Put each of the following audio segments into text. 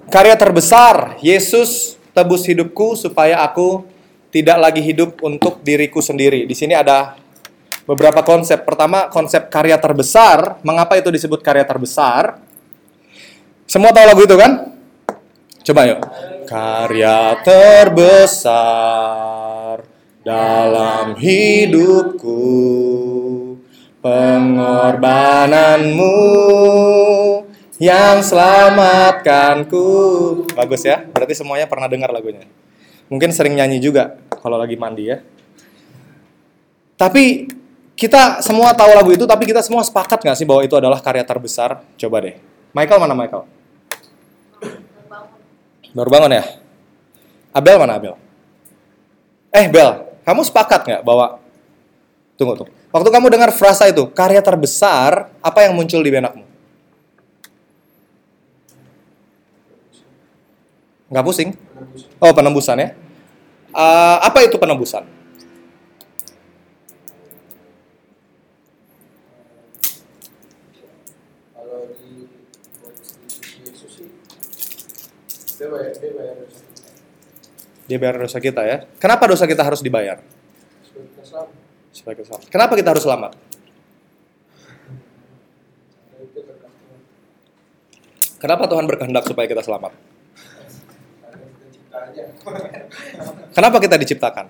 Karya terbesar, Yesus tebus hidupku supaya aku tidak lagi hidup untuk diriku sendiri. Di sini ada beberapa konsep. Pertama, konsep karya terbesar. Mengapa itu disebut karya terbesar? Semua tahu lagu itu kan? Coba yuk. Karya terbesar dalam hidupku, pengorbananmu yang selamatkanku. Bagus ya, berarti semuanya pernah dengar lagunya. Mungkin sering nyanyi juga kalau lagi mandi ya. Tapi kita semua tahu lagu itu, tapi kita semua sepakat gak sih bahwa itu adalah karya terbesar? Coba deh. Michael mana Michael? Baru bangun ya? Abel mana Abel? Bel, kamu sepakat gak bahwa... Tunggu. Waktu kamu dengar frasa itu, karya terbesar, apa yang muncul di benakmu? Nggak pusing? Oh, penembusan ya. Apa itu penembusan? Kalau di Yesus sih, dia bayar dosa. Dia bayar dosa kita ya. Kenapa dosa kita harus dibayar? Supaya kita selamat. Kenapa kita harus selamat? Kenapa Tuhan berkehendak supaya kita selamat? Kenapa kita diciptakan?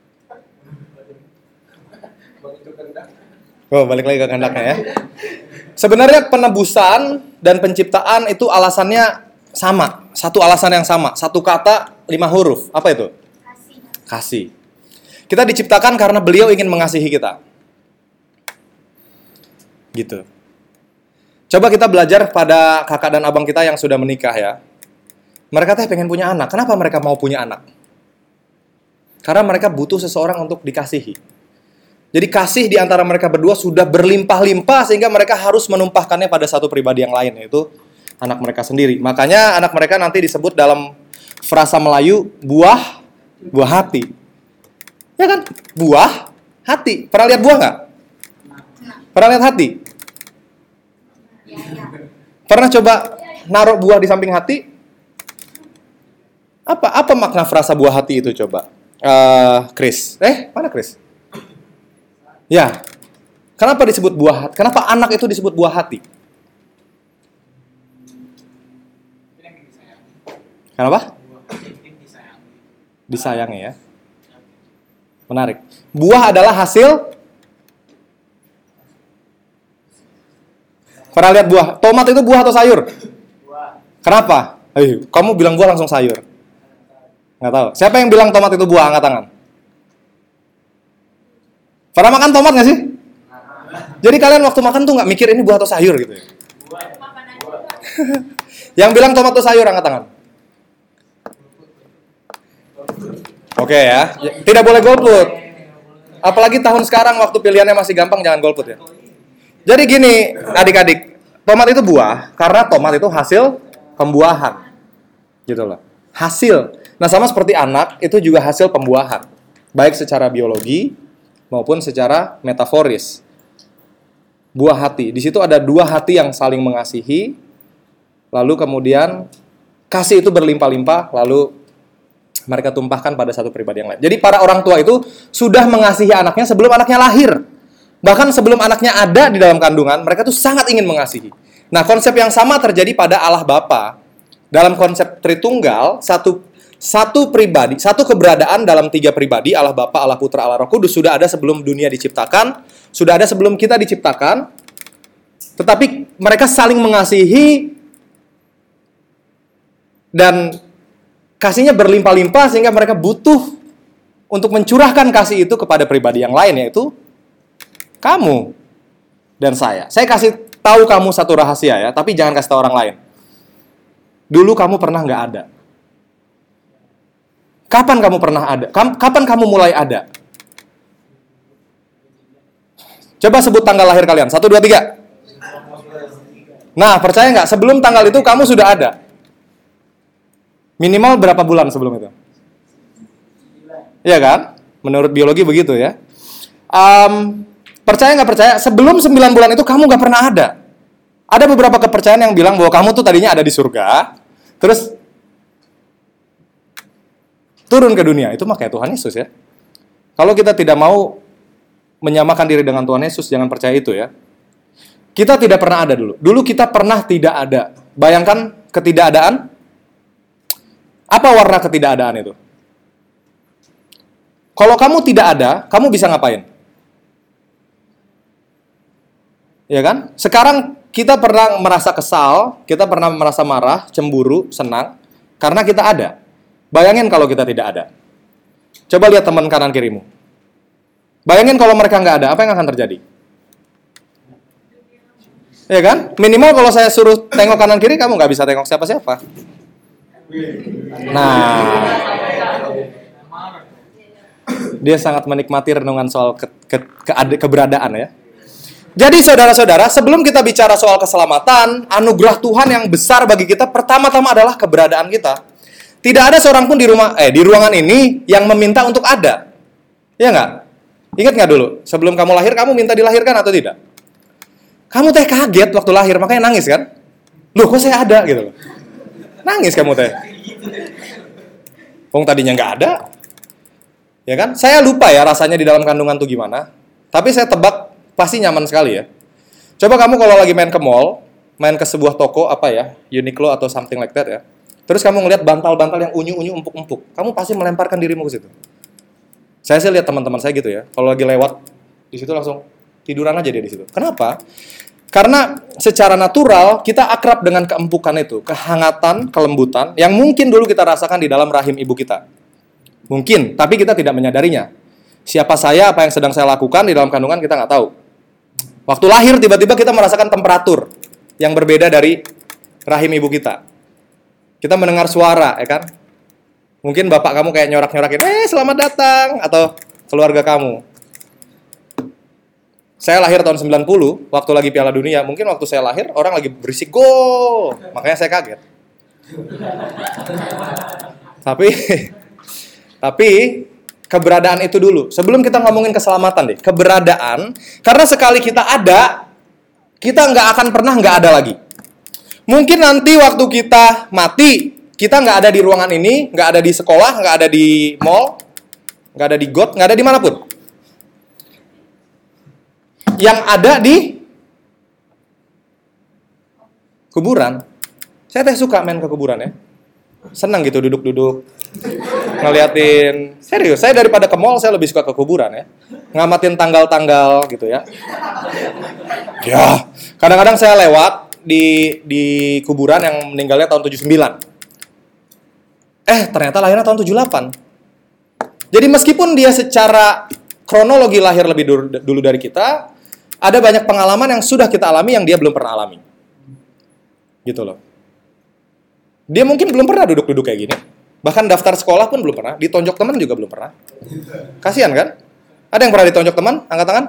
Oh, balik lagi ke kehendaknya ya. Sebenarnya penebusan dan penciptaan itu alasannya sama. Satu alasan yang sama. Satu kata, 5 huruf. Apa itu? Kasih. Kita diciptakan karena beliau ingin mengasihi kita. Gitu. Coba kita belajar pada kakak dan abang kita yang sudah menikah ya. Mereka pengen punya anak. Kenapa mereka mau punya anak? Karena mereka butuh seseorang untuk dikasihi. Jadi kasih di antara mereka berdua sudah berlimpah-limpah sehingga mereka harus menumpahkannya pada satu pribadi yang lain, yaitu anak mereka sendiri. Makanya anak mereka nanti disebut dalam frasa Melayu buah hati. Ya kan? Buah hati. Pernah lihat buah nggak? Pernah lihat hati? Pernah coba naruh buah di samping hati? Apa makna frasa buah hati itu coba? Chris. Mana Chris? Ya. Kenapa disebut buah hati? Kenapa anak itu disebut buah hati? Kenapa? Disayangi ya. Menarik. Buah adalah hasil. Pernah lihat buah? Tomat itu buah atau sayur? Buah. Kenapa? Kamu bilang buah langsung sayur. Nggak tahu. Siapa yang bilang tomat itu buah? Angkat tangan. Pernah makan tomat nggak sih? Jadi kalian waktu makan tuh nggak mikir ini buah atau sayur gitu ya? Buah. Yang bilang tomat itu sayur, angkat tangan. Oke ya. Tidak boleh golput. Apalagi tahun sekarang waktu pilihannya masih gampang, jangan golput ya. Jadi gini, adik-adik, tomat itu buah karena tomat itu hasil pembuahan. Gitu loh. Hasil. Nah, sama seperti anak, itu juga hasil pembuahan. Baik secara biologi maupun secara metaforis. Buah hati. Di situ ada 2 hati yang saling mengasihi. Lalu kemudian kasih itu berlimpah-limpah, lalu mereka tumpahkan pada satu pribadi yang lain. Jadi para orang tua itu sudah mengasihi anaknya sebelum anaknya lahir. Bahkan sebelum anaknya ada di dalam kandungan, mereka tuh sangat ingin mengasihi. Nah, konsep yang sama terjadi pada Allah Bapa. Dalam konsep Tritunggal, satu pribadi, satu keberadaan dalam 3 pribadi, Allah Bapa, Allah Putra, Allah Roh Kudus, sudah ada sebelum dunia diciptakan, sudah ada sebelum kita diciptakan, tetapi mereka saling mengasihi dan kasihnya berlimpah-limpah sehingga mereka butuh untuk mencurahkan kasih itu kepada pribadi yang lain, yaitu kamu dan saya. Saya kasih tahu kamu satu rahasia ya, tapi jangan kasih tahu orang lain. Dulu kamu pernah nggak ada. Kapan kamu pernah ada? Kapan kamu mulai ada? Coba sebut tanggal lahir kalian. 1, 2, 3. Nah, percaya nggak? Sebelum tanggal itu kamu sudah ada. Minimal berapa bulan sebelum itu? Iya kan? Menurut biologi begitu ya. Percaya nggak percaya? Sebelum 9 bulan itu kamu nggak pernah ada. Ada beberapa kepercayaan yang bilang bahwa kamu tuh tadinya ada di surga, terus turun ke dunia. Itu makanya Tuhan Yesus ya. Kalau kita tidak mau menyamakan diri dengan Tuhan Yesus, jangan percaya itu ya. Kita tidak pernah ada dulu. Dulu kita pernah tidak ada. Bayangkan ketidakadaan. Apa warna ketidakadaan itu? Kalau kamu tidak ada, kamu bisa ngapain? Ya kan? Sekarang kita pernah merasa kesal, kita pernah merasa marah, cemburu, senang, karena kita ada. Bayangin kalau kita tidak ada. Coba lihat teman kanan kirimu. Bayangin kalau mereka nggak ada, apa yang akan terjadi? Ya kan? Minimal kalau saya suruh tengok kanan kiri, kamu nggak bisa tengok siapa-siapa. Nah, dia sangat menikmati renungan soal keberadaan ya. Jadi saudara-saudara, sebelum kita bicara soal keselamatan, anugerah Tuhan yang besar bagi kita pertama-tama adalah keberadaan kita. Tidak ada seorang pun di ruangan ini yang meminta untuk ada. Iya nggak? Ingat nggak dulu? Sebelum kamu lahir, kamu minta dilahirkan atau tidak? Kamu teh kaget waktu lahir, makanya nangis kan? Loh, kok saya ada gitu loh. Nangis kamu teh. Tadinya nggak ada. Ya kan? Saya lupa ya rasanya di dalam kandungan tuh gimana. Tapi saya tebak pasti nyaman sekali ya. Coba kamu kalau lagi main ke mall, main ke sebuah toko apa ya, Uniqlo atau something like that ya. Terus kamu ngelihat bantal-bantal yang unyu-unyu, empuk-empuk. Kamu pasti melemparkan dirimu ke situ. Saya sih lihat teman-teman saya gitu ya. Kalau lagi lewat di situ langsung tiduran aja dia di situ. Kenapa? Karena secara natural kita akrab dengan keempukan itu, kehangatan, kelembutan yang mungkin dulu kita rasakan di dalam rahim ibu kita. Mungkin, tapi kita tidak menyadarinya. Siapa saya, apa yang sedang saya lakukan di dalam kandungan kita nggak tahu. Waktu lahir tiba-tiba kita merasakan temperatur yang berbeda dari rahim ibu kita. Kita mendengar suara, ya kan? Mungkin bapak kamu kayak nyorak-nyorakin, selamat datang, atau keluarga kamu. Saya lahir tahun 90, waktu lagi Piala Dunia. Mungkin waktu saya lahir, orang lagi berisik, gol! Makanya saya kaget. Tapi keberadaan itu dulu. Sebelum kita ngomongin keselamatan deh, keberadaan. Karena sekali kita ada, kita nggak akan pernah nggak ada lagi. Mungkin nanti waktu kita mati, kita nggak ada di ruangan ini, nggak ada di sekolah, nggak ada di mall, nggak ada di got, nggak ada di manapun. Yang ada di kuburan. Saya teh suka main ke kuburan ya. Senang gitu duduk-duduk, ngeliatin. Serius, saya daripada ke mall, saya lebih suka ke kuburan ya. Ngamatin tanggal-tanggal gitu ya. Ya, kadang-kadang saya lewat di kuburan yang meninggalnya tahun 79. Ternyata lahirnya tahun 78. Jadi meskipun dia secara kronologi lahir lebih dulu dari kita, ada banyak pengalaman yang sudah kita alami yang dia belum pernah alami. Gitu loh. Dia mungkin belum pernah duduk-duduk kayak gini. Bahkan daftar sekolah pun belum pernah. Ditonjok teman juga belum pernah. Kasihan kan? Ada yang pernah ditonjok teman? Angkat tangan.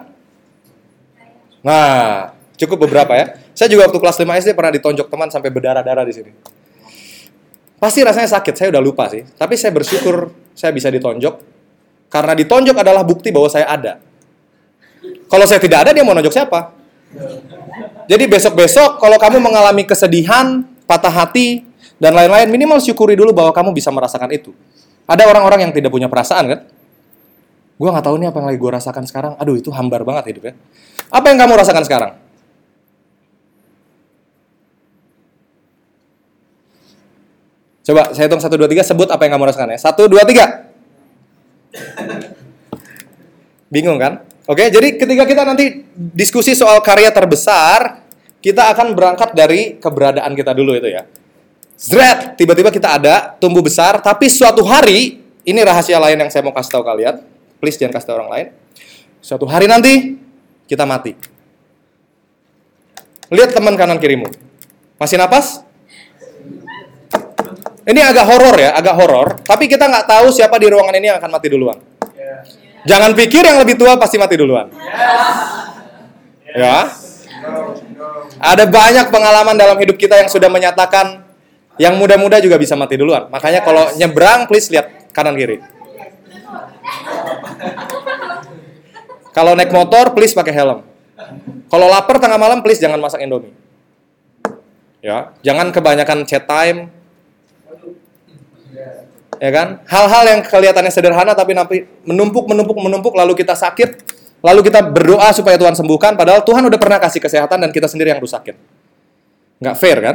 Nah, cukup beberapa ya. Saya juga waktu kelas 5 SD pernah ditonjok teman sampai berdarah-darah di sini. Pasti rasanya sakit, saya udah lupa sih. Tapi saya bersyukur saya bisa ditonjok. Karena ditonjok adalah bukti bahwa saya ada. Kalau saya tidak ada, dia mau nonjok siapa? Jadi besok-besok kalau kamu mengalami kesedihan, patah hati, dan lain-lain, minimal syukuri dulu bahwa kamu bisa merasakan itu. Ada orang-orang yang tidak punya perasaan kan? Gue gak tahu nih apa yang lagi gue rasakan sekarang. Aduh, itu hambar banget hidupnya. Apa yang kamu rasakan sekarang? Coba saya hitung 1, 2, 3, sebut apa yang kamu rasakan ya. 1, 2, 3. Bingung kan? Oke, jadi ketika kita nanti diskusi soal karya terbesar, kita akan berangkat dari keberadaan kita dulu itu ya. Zret, tiba-tiba kita ada, tumbuh besar, tapi suatu hari, ini rahasia lain yang saya mau kasih tahu kalian. Please jangan kasih tahu orang lain. Suatu hari nanti, kita mati. Lihat teman kanan kirimu. Masih napas? Ini agak horor ya, agak horor. Tapi kita nggak tahu siapa di ruangan ini yang akan mati duluan. Jangan pikir yang lebih tua pasti mati duluan. Ya. Ada banyak pengalaman dalam hidup kita yang sudah menyatakan yang muda-muda juga bisa mati duluan. Makanya kalau nyebrang, please lihat kanan kiri. Kalau naik motor, please pakai helm. Kalau lapar tengah malam, please jangan masak Indomie. Ya, jangan kebanyakan chat time. Ya kan? Hal-hal yang kelihatannya sederhana tapi nanti menumpuk lalu kita sakit, lalu kita berdoa supaya Tuhan sembuhkan padahal Tuhan udah pernah kasih kesehatan dan kita sendiri yang rusakin. Nggak fair kan?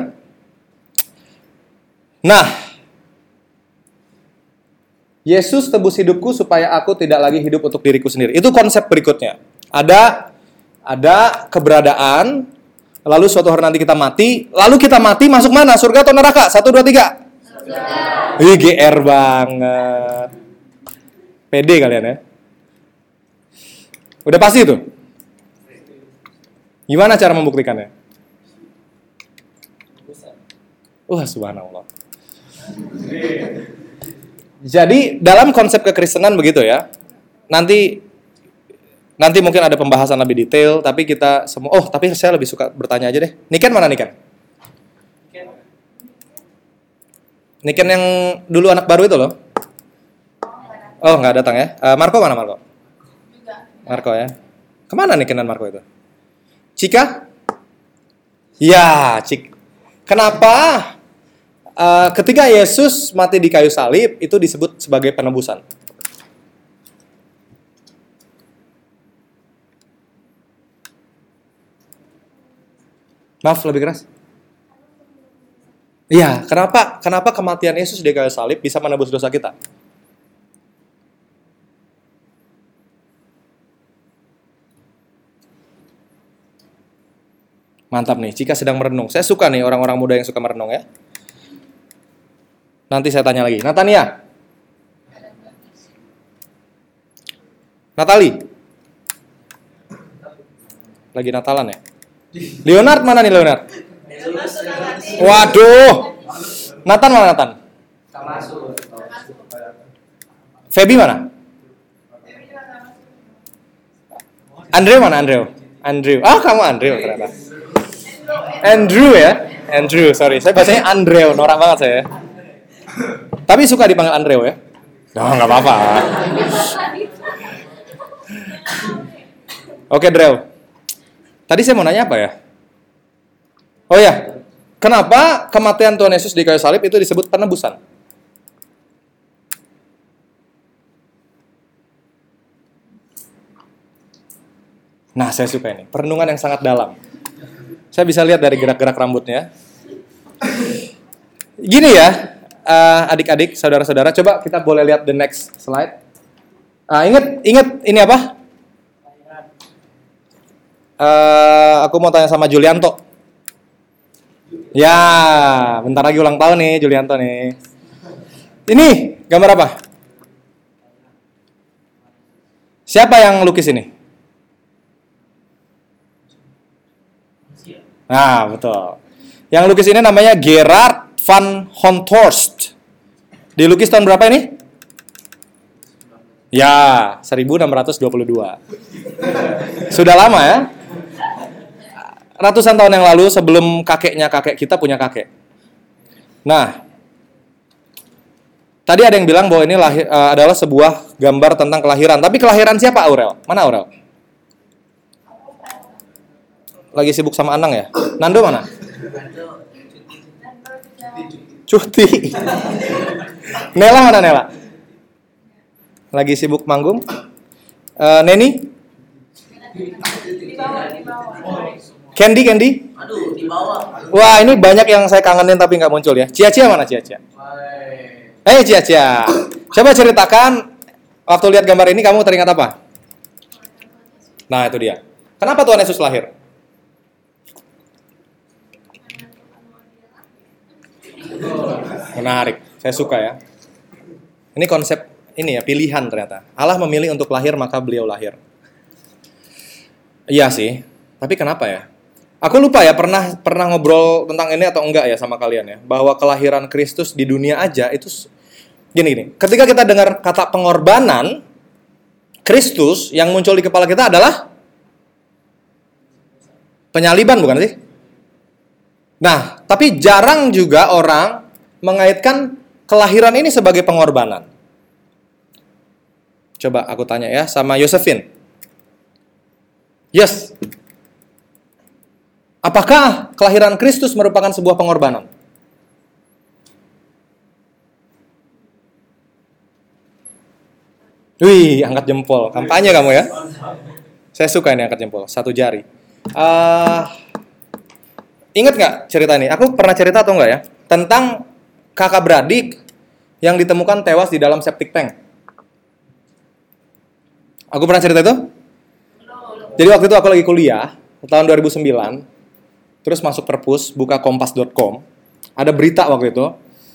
Nah, Yesus tebus hidupku supaya aku tidak lagi hidup untuk diriku sendiri. Itu konsep berikutnya. Ada keberadaan, lalu suatu hari nanti kita mati, lalu kita mati masuk mana? Surga atau neraka? 1, 2, 3. Surga. GR banget. Pede kalian ya. Udah pasti itu? Gimana cara membuktikannya? Subhanallah. Jadi dalam konsep kekristenan begitu ya. Nanti mungkin ada pembahasan lebih detail, tapi kita semua tapi saya lebih suka bertanya aja deh. Niken mana Niken? Niken yang dulu anak baru itu loh. Oh, nggak datang ya. Marco mana Marco? Marco ya. Kemana Niken dan Marco itu? Cika? Ya, Cik. Kenapa ketika Yesus mati di kayu salib itu disebut sebagai penebusan? Maaf, lebih keras. Iya, kenapa kematian Yesus di kayu salib bisa menebus dosa kita? Mantap nih, Cika sedang merenung. Saya suka nih orang-orang muda yang suka merenung ya. Nanti saya tanya lagi. Natania? Natali? Lagi Natalan ya? Leonard mana nih Leonard? Waduh. Nathan mana Nathan? Feby mana? Andrew mana Andrew? Kamu Andrew ternyata. Andrew ya? Andrew, sorry. Saya bacanya Andrew, norak banget saya. Tapi suka dipanggil Andrew ya? Nggak apa-apa. Oke, Drew. Tadi saya mau nanya apa ya? Oh ya, kenapa kematian Tuhan Yesus di kayu salib itu disebut penebusan? Nah, saya suka ini. Perenungan yang sangat dalam. Saya bisa lihat dari gerak-gerak rambutnya. Gini ya, adik-adik, saudara-saudara, coba kita boleh lihat the next slide. Ingat ini apa? Aku mau tanya sama Julianto. Ya, bentar lagi ulang tahun nih Julianto nih. Ini gambar apa? Siapa yang lukis ini? Nah, betul. Yang lukis ini namanya Gerard van Honthorst. Dilukis tahun berapa ini? Ya, 1622. Sudah lama ya? Ratusan tahun yang lalu sebelum kakeknya kakek kita punya kakek. Nah, tadi ada yang bilang bahwa ini adalah sebuah gambar tentang kelahiran. Tapi kelahiran siapa Aurel? Mana Aurel? Lagi sibuk sama Anang ya? Nando mana? Cuti. Nela mana Nela? Lagi sibuk manggung. Neni? Di bawah. Candy? Aduh, di bawah. Wah, ini banyak yang saya kangenin tapi nggak muncul ya. Cia mana Cia? Cia. Coba ceritakan, waktu lihat gambar ini kamu teringat apa? Nah, itu dia. Kenapa Tuhan Yesus lahir? Menarik, saya suka ya. Ini konsep ini ya, pilihan ternyata. Allah memilih untuk lahir, maka beliau lahir. Iya sih, tapi kenapa ya? Aku lupa ya, pernah ngobrol tentang ini atau enggak ya sama kalian ya, bahwa kelahiran Kristus di dunia aja itu gini. Ketika kita dengar kata pengorbanan, Kristus yang muncul di kepala kita adalah penyaliban, bukan sih? Nah, tapi jarang juga orang mengaitkan kelahiran ini sebagai pengorbanan. Coba aku tanya ya sama Josephine. Yes. Apakah kelahiran Kristus merupakan sebuah pengorbanan? Wih, angkat jempol. Kampanye kamu ya. Saya suka ini angkat jempol, 1 jari. Ingat nggak cerita ini? Aku pernah cerita atau enggak ya? Tentang kakak beradik yang ditemukan tewas di dalam septic tank. Aku pernah cerita itu? Jadi waktu itu aku lagi kuliah, tahun 2009, terus masuk perpus, buka kompas.com, ada berita waktu itu.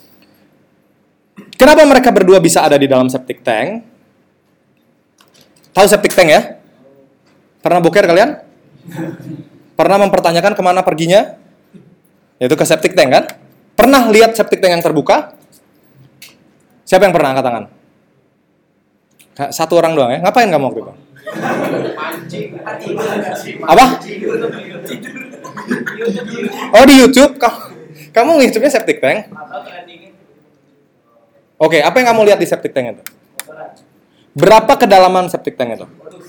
Kenapa mereka berdua bisa ada di dalam septic tank? Tahu septic tank ya? Pernah boker kalian? Pernah mempertanyakan kemana perginya? Yaitu ke septic tank kan? Pernah lihat septic tank yang terbuka? Siapa yang pernah angkat tangan? 1 orang doang ya? Ngapain kamu waktu itu? Apa? Oh di YouTube? Kamu ngitupnya septic tank? Oke, apa yang kamu lihat di septic tank itu? Berapa kedalaman septic tank itu?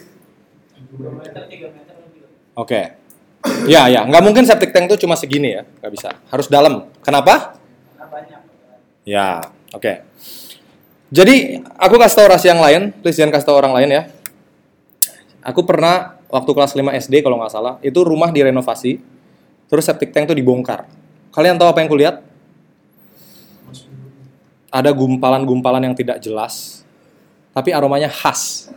Oke. Ya, nggak mungkin septic tank itu cuma segini ya, nggak bisa. Harus dalam. Kenapa? Ya, oke. Jadi, aku kasih tahu rahasia yang lain, please jangan kasih tahu orang lain ya. Aku pernah, waktu kelas 5 SD kalau nggak salah, itu rumah direnovasi, terus septic tank itu dibongkar. Kalian tahu apa yang kulihat? Ada gumpalan-gumpalan yang tidak jelas, tapi aromanya khas.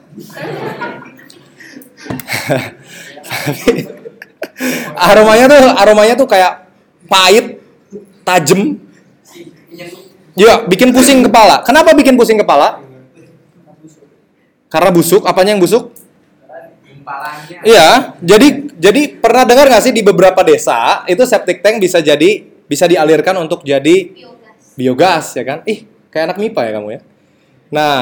aromanya tuh kayak pahit, tajam. Ya, bikin pusing kepala. Kenapa bikin pusing kepala? Karena busuk. Apanya yang busuk? Iya. Jadi pernah dengar nggak sih di beberapa desa itu septic tank bisa dialirkan untuk jadi biogas ya kan? Kayak anak MIPA ya kamu ya. Nah,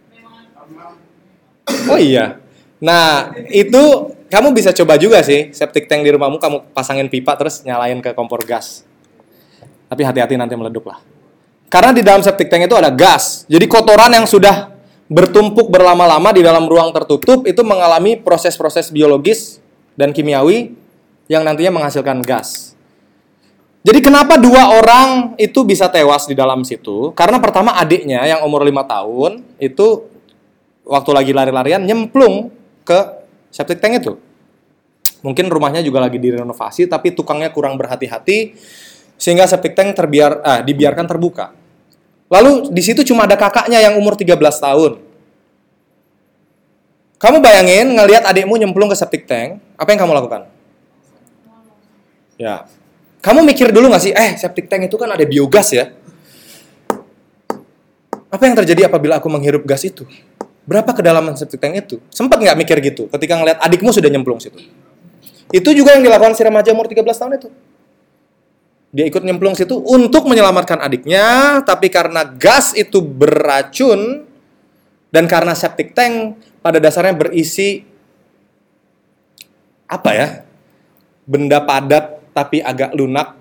oh iya. Nah, itu kamu bisa coba juga sih septic tank di rumahmu, kamu pasangin pipa terus nyalain ke kompor gas. Tapi hati-hati nanti meleduk lah. Karena di dalam septic tank itu ada gas. Jadi kotoran yang sudah bertumpuk berlama-lama di dalam ruang tertutup itu mengalami proses-proses biologis dan kimiawi yang nantinya menghasilkan gas. Jadi kenapa 2 orang itu bisa tewas di dalam situ? Karena pertama adiknya yang umur 5 tahun itu waktu lagi lari-larian nyemplung ke septic tank itu. Mungkin rumahnya juga lagi direnovasi tapi tukangnya kurang berhati-hati sehingga septic tank dibiarkan terbuka. Lalu di situ cuma ada kakaknya yang umur 13 tahun. Kamu bayangin ngelihat adikmu nyemplung ke septic tank, apa yang kamu lakukan? Ya. Kamu mikir dulu nggak sih, septic tank itu kan ada biogas ya? Apa yang terjadi apabila aku menghirup gas itu? Berapa kedalaman septic tank itu? Sempat nggak mikir gitu ketika ngelihat adikmu sudah nyemplung situ? Itu juga yang dilakukan si remaja umur 13 tahun itu. Dia ikut nyemplung situ untuk menyelamatkan adiknya, tapi karena gas itu beracun dan karena septic tank pada dasarnya berisi benda padat tapi agak lunak,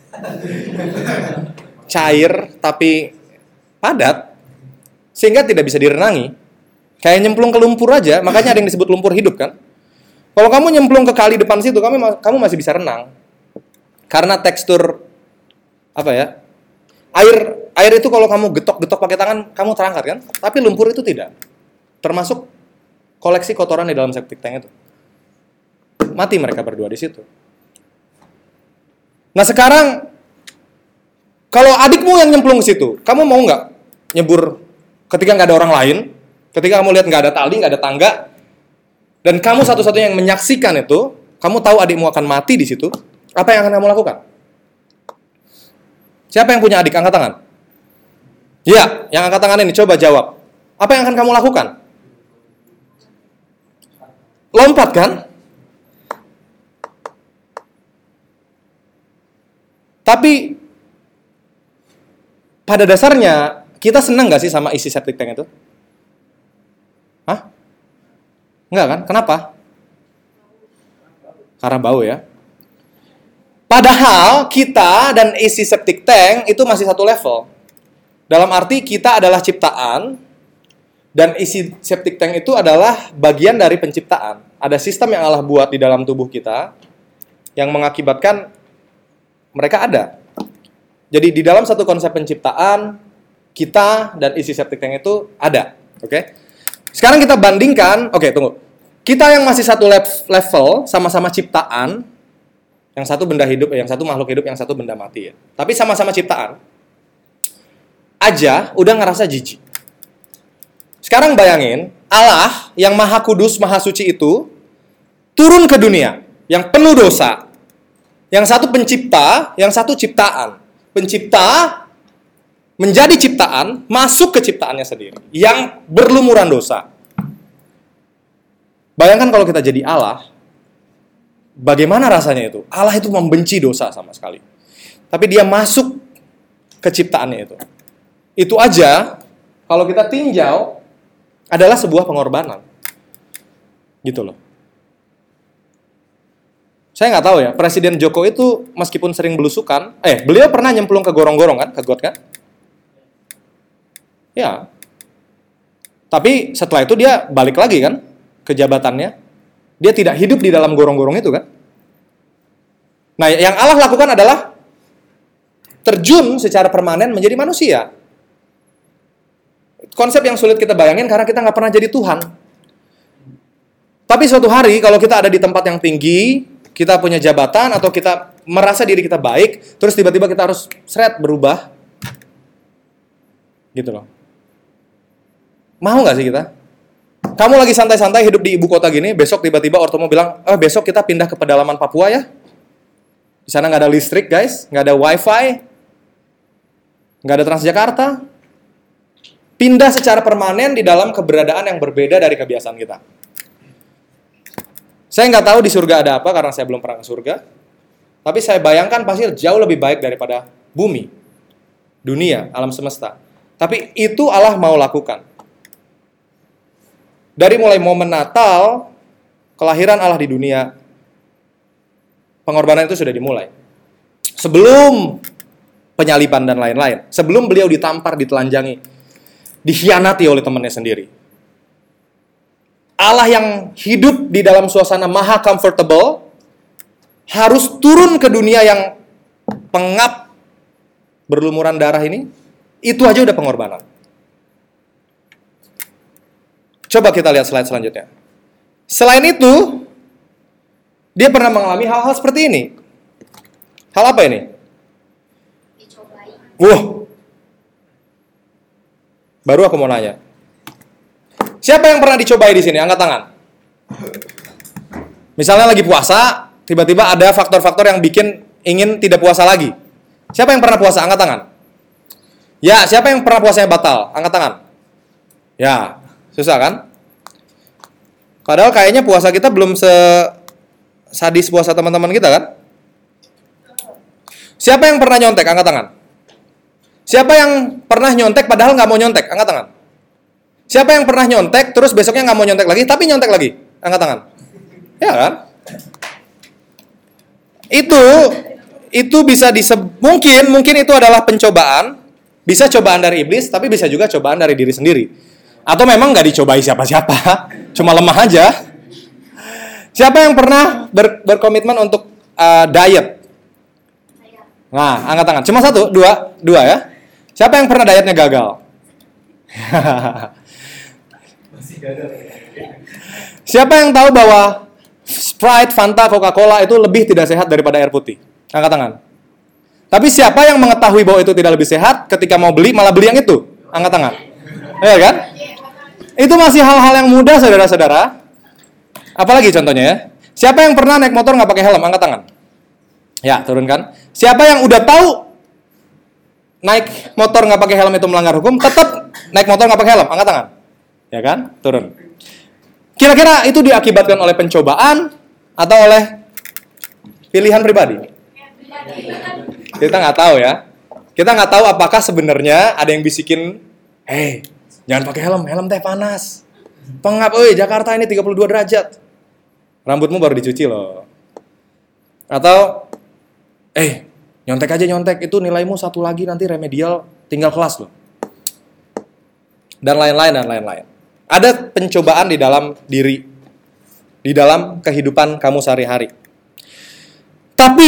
cair tapi padat, sehingga tidak bisa direnangi. Kayak nyemplung ke lumpur aja, makanya ada yang disebut lumpur hidup kan. Kalau kamu nyemplung ke kali depan situ, kamu masih bisa renang. Karena tekstur air itu kalau kamu getok-getok pakai tangan kamu terangkat kan, tapi lumpur itu tidak. Termasuk koleksi kotoran di dalam septic tank itu. Mati mereka berdua di situ. Nah sekarang kalau adikmu yang nyemplung ke situ, kamu mau nggak nyebur ketika nggak ada orang lain, ketika kamu lihat nggak ada tali, nggak ada tangga, dan kamu satu-satunya yang menyaksikan itu, kamu tahu adikmu akan mati di situ, apa yang akan kamu lakukan? Siapa yang punya adik? Angkat tangan. Iya, yang angkat tangan ini coba jawab. Apa yang akan kamu lakukan? Lompat kan? Tapi pada dasarnya kita senang gak sih sama isi septic tank itu? Hah? Enggak kan? Kenapa? Karena bau ya. Padahal kita dan isi septic tank itu masih satu level. Dalam arti kita adalah ciptaan dan isi septic tank itu adalah bagian dari penciptaan. Ada sistem yang Allah buat di dalam tubuh kita yang mengakibatkan mereka ada. Jadi di dalam satu konsep penciptaan, kita dan isi septic tank itu ada. Oke? Sekarang kita bandingkan, oke tunggu. Kita yang masih satu level, sama-sama ciptaan, yang satu benda hidup, yang satu makhluk hidup, yang satu benda mati ya. Tapi sama-sama ciptaan, aja udah ngerasa jijik. Sekarang bayangin, Allah yang maha kudus, maha suci itu, turun ke dunia, yang penuh dosa. Yang satu pencipta, yang satu ciptaan. Pencipta menjadi ciptaan, masuk ke ciptaannya sendiri, yang berlumuran dosa. Bayangkan kalau kita jadi Allah, bagaimana rasanya itu? Allah itu membenci dosa sama sekali. Tapi dia masuk ke ciptaannya itu. Itu aja, kalau kita tinjau, adalah sebuah pengorbanan. Gitu loh. Saya nggak tahu ya, Presiden Jokowi itu meskipun sering belusukan, beliau pernah nyemplung ke gorong-gorong kan, ke got kan? Ya. Tapi setelah itu dia balik lagi kan ke jabatannya. Dia tidak hidup di dalam gorong-gorong itu kan? Nah, yang Allah lakukan adalah terjun secara permanen menjadi manusia. Konsep yang sulit kita bayangin karena kita nggak pernah jadi Tuhan. Tapi suatu hari kalau kita ada di tempat yang tinggi, kita punya jabatan atau kita merasa diri kita baik, terus tiba-tiba kita harus berubah. Gitu loh. Mau nggak sih kita? Kamu lagi santai-santai hidup di ibu kota gini, besok tiba-tiba ortomo bilang, besok kita pindah ke pedalaman Papua ya. Di sana nggak ada listrik guys, nggak ada wifi, nggak ada Transjakarta. Pindah secara permanen di dalam keberadaan yang berbeda dari kebiasaan kita. Saya nggak tahu di surga ada apa karena saya belum pernah ke surga. Tapi saya bayangkan pasti jauh lebih baik daripada bumi, dunia, alam semesta. Tapi itu Allah mau lakukan. Dari mulai momen Natal, kelahiran Allah di dunia, pengorbanan itu sudah dimulai. Sebelum penyaliban dan lain-lain. Sebelum beliau ditampar, ditelanjangi, dikhianati oleh temannya sendiri. Allah yang hidup di dalam suasana maha comfortable harus turun ke dunia yang pengap berlumuran darah ini. Itu aja udah pengorbanan. Coba kita lihat slide selanjutnya. Selain itu, dia pernah mengalami hal-hal seperti ini. Hal apa ini? Dicobai. Baru aku mau nanya. Siapa yang pernah dicobai di sini? Angkat tangan. Misalnya lagi puasa, tiba-tiba ada faktor-faktor yang bikin ingin tidak puasa lagi. Siapa yang pernah puasa? Angkat tangan. Ya, siapa yang pernah puasanya batal? Angkat tangan. Ya, susah kan? Padahal kayaknya puasa kita belum sadis puasa teman-teman kita kan? Siapa yang pernah nyontek? Angkat tangan. Siapa yang pernah nyontek padahal nggak mau nyontek? Angkat tangan. Siapa yang pernah nyontek terus besoknya nggak mau nyontek lagi tapi nyontek lagi? Angkat tangan. Ya kan? Itu bisa mungkin itu adalah pencobaan. Bisa cobaan dari iblis, tapi bisa juga cobaan dari diri sendiri. Atau memang nggak dicobai siapa-siapa, cuma lemah aja. Siapa yang pernah berkomitmen untuk diet? Nah, angkat tangan. Cuma satu, dua ya. Siapa yang pernah dietnya gagal? Siapa yang tahu bahwa Sprite, Fanta, Coca-Cola itu lebih tidak sehat daripada air putih? Angkat tangan. Tapi siapa yang mengetahui bahwa itu tidak lebih sehat, ketika mau beli malah beli yang itu? Angkat tangan. Ya kan? Itu masih hal-hal yang mudah, saudara-saudara. Apalagi contohnya ya. Siapa yang pernah naik motor nggak pakai helm? Angkat tangan. Ya, turunkan. Siapa yang udah tahu naik motor nggak pakai helm itu melanggar hukum, tetap naik motor nggak pakai helm? Angkat tangan. Ya kan? Turun. Kira-kira itu diakibatkan oleh pencobaan atau oleh pilihan pribadi? Kita nggak tahu ya. Kita nggak tahu apakah sebenarnya ada yang bisikin, jangan pakai helm teh panas. Pengap, Jakarta ini 32 derajat. Rambutmu baru dicuci loh. Atau, nyontek aja itu nilaimu 1 lagi nanti remedial tinggal kelas loh. Dan lain-lain. Ada pencobaan di dalam diri, di dalam kehidupan kamu sehari-hari. Tapi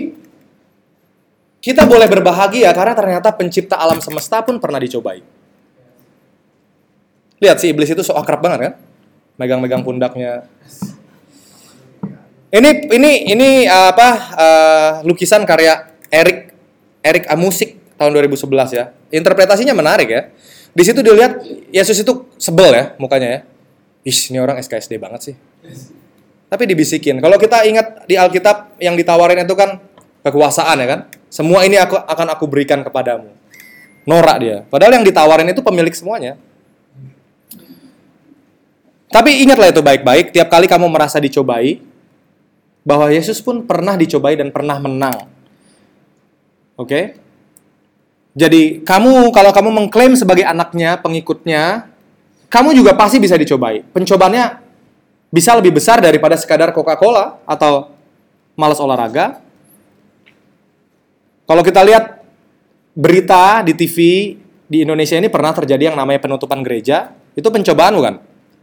kita boleh berbahagia karena ternyata pencipta alam semesta pun pernah dicobai. Lihat si iblis itu so akrab banget kan? Megang-megang pundaknya. Ini lukisan karya Erik Amusik tahun 2011 ya. Interpretasinya menarik ya. Di situ dilihat Yesus itu sebel ya mukanya ya. Ini orang SKSD banget sih. Tapi dibisikin. Kalau kita ingat di Alkitab yang ditawarin itu kan kekuasaan ya kan. Semua ini akan aku berikan kepadamu. Norak dia. Padahal yang ditawarin itu pemilik semuanya. Tapi ingatlah itu baik-baik. Tiap kali kamu merasa dicobai, bahwa Yesus pun pernah dicobai dan pernah menang. Oke? Jadi kalau kamu mengklaim sebagai anaknya, pengikutnya, kamu juga pasti bisa dicobai. Pencobaannya bisa lebih besar daripada sekadar Coca-Cola atau malas olahraga. Kalau kita lihat berita di TV di Indonesia ini pernah terjadi yang namanya penutupan gereja. Itu pencobaan bukan?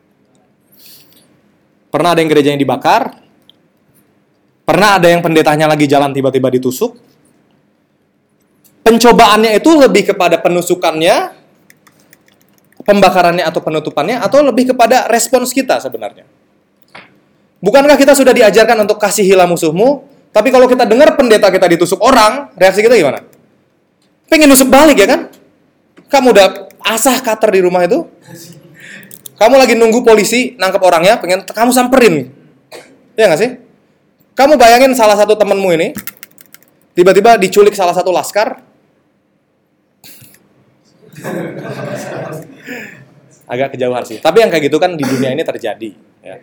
Pernah ada yang gereja yang dibakar. Pernah ada yang pendetanya lagi jalan tiba-tiba ditusuk. Pencobaannya itu lebih kepada penusukannya, pembakarannya atau penutupannya, atau lebih kepada respons kita sebenarnya. Bukankah kita sudah diajarkan untuk kasihilah musuhmu, tapi kalau kita dengar pendeta kita ditusuk orang, reaksi kita gimana? Pengen nusuk balik ya kan? Kamu udah asah cutter di rumah itu, kamu lagi nunggu polisi nangkep orangnya, pengen kamu samperin, ya nggak sih? Kamu bayangin salah satu temenmu ini, tiba-tiba diculik salah satu laskar, agak kejauhan sih. Tapi yang kayak gitu kan di dunia ini terjadi. Ya.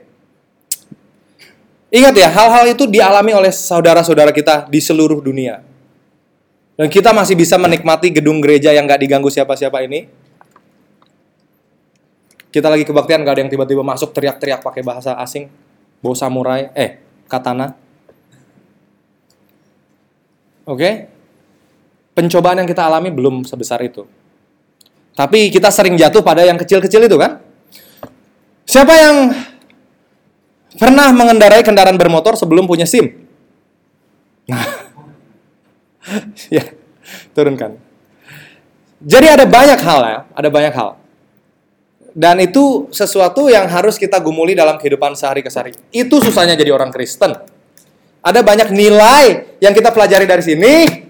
Ingat ya, hal-hal itu dialami oleh saudara-saudara kita di seluruh dunia. Dan kita masih bisa menikmati gedung gereja yang gak diganggu siapa-siapa ini. Kita lagi kebaktian, gak ada yang tiba-tiba masuk teriak-teriak pakai bahasa asing. Bawa samurai, katana. Oke? Pencobaan yang kita alami belum sebesar itu. Tapi kita sering jatuh pada yang kecil-kecil itu kan? Siapa yang pernah mengendarai kendaraan bermotor sebelum punya SIM? Nah, ya, turunkan. Jadi ada banyak hal ya, ada banyak hal. Dan itu sesuatu yang harus kita gumuli dalam kehidupan sehari-hari. Itu susahnya jadi orang Kristen. Ada banyak nilai yang kita pelajari dari sini.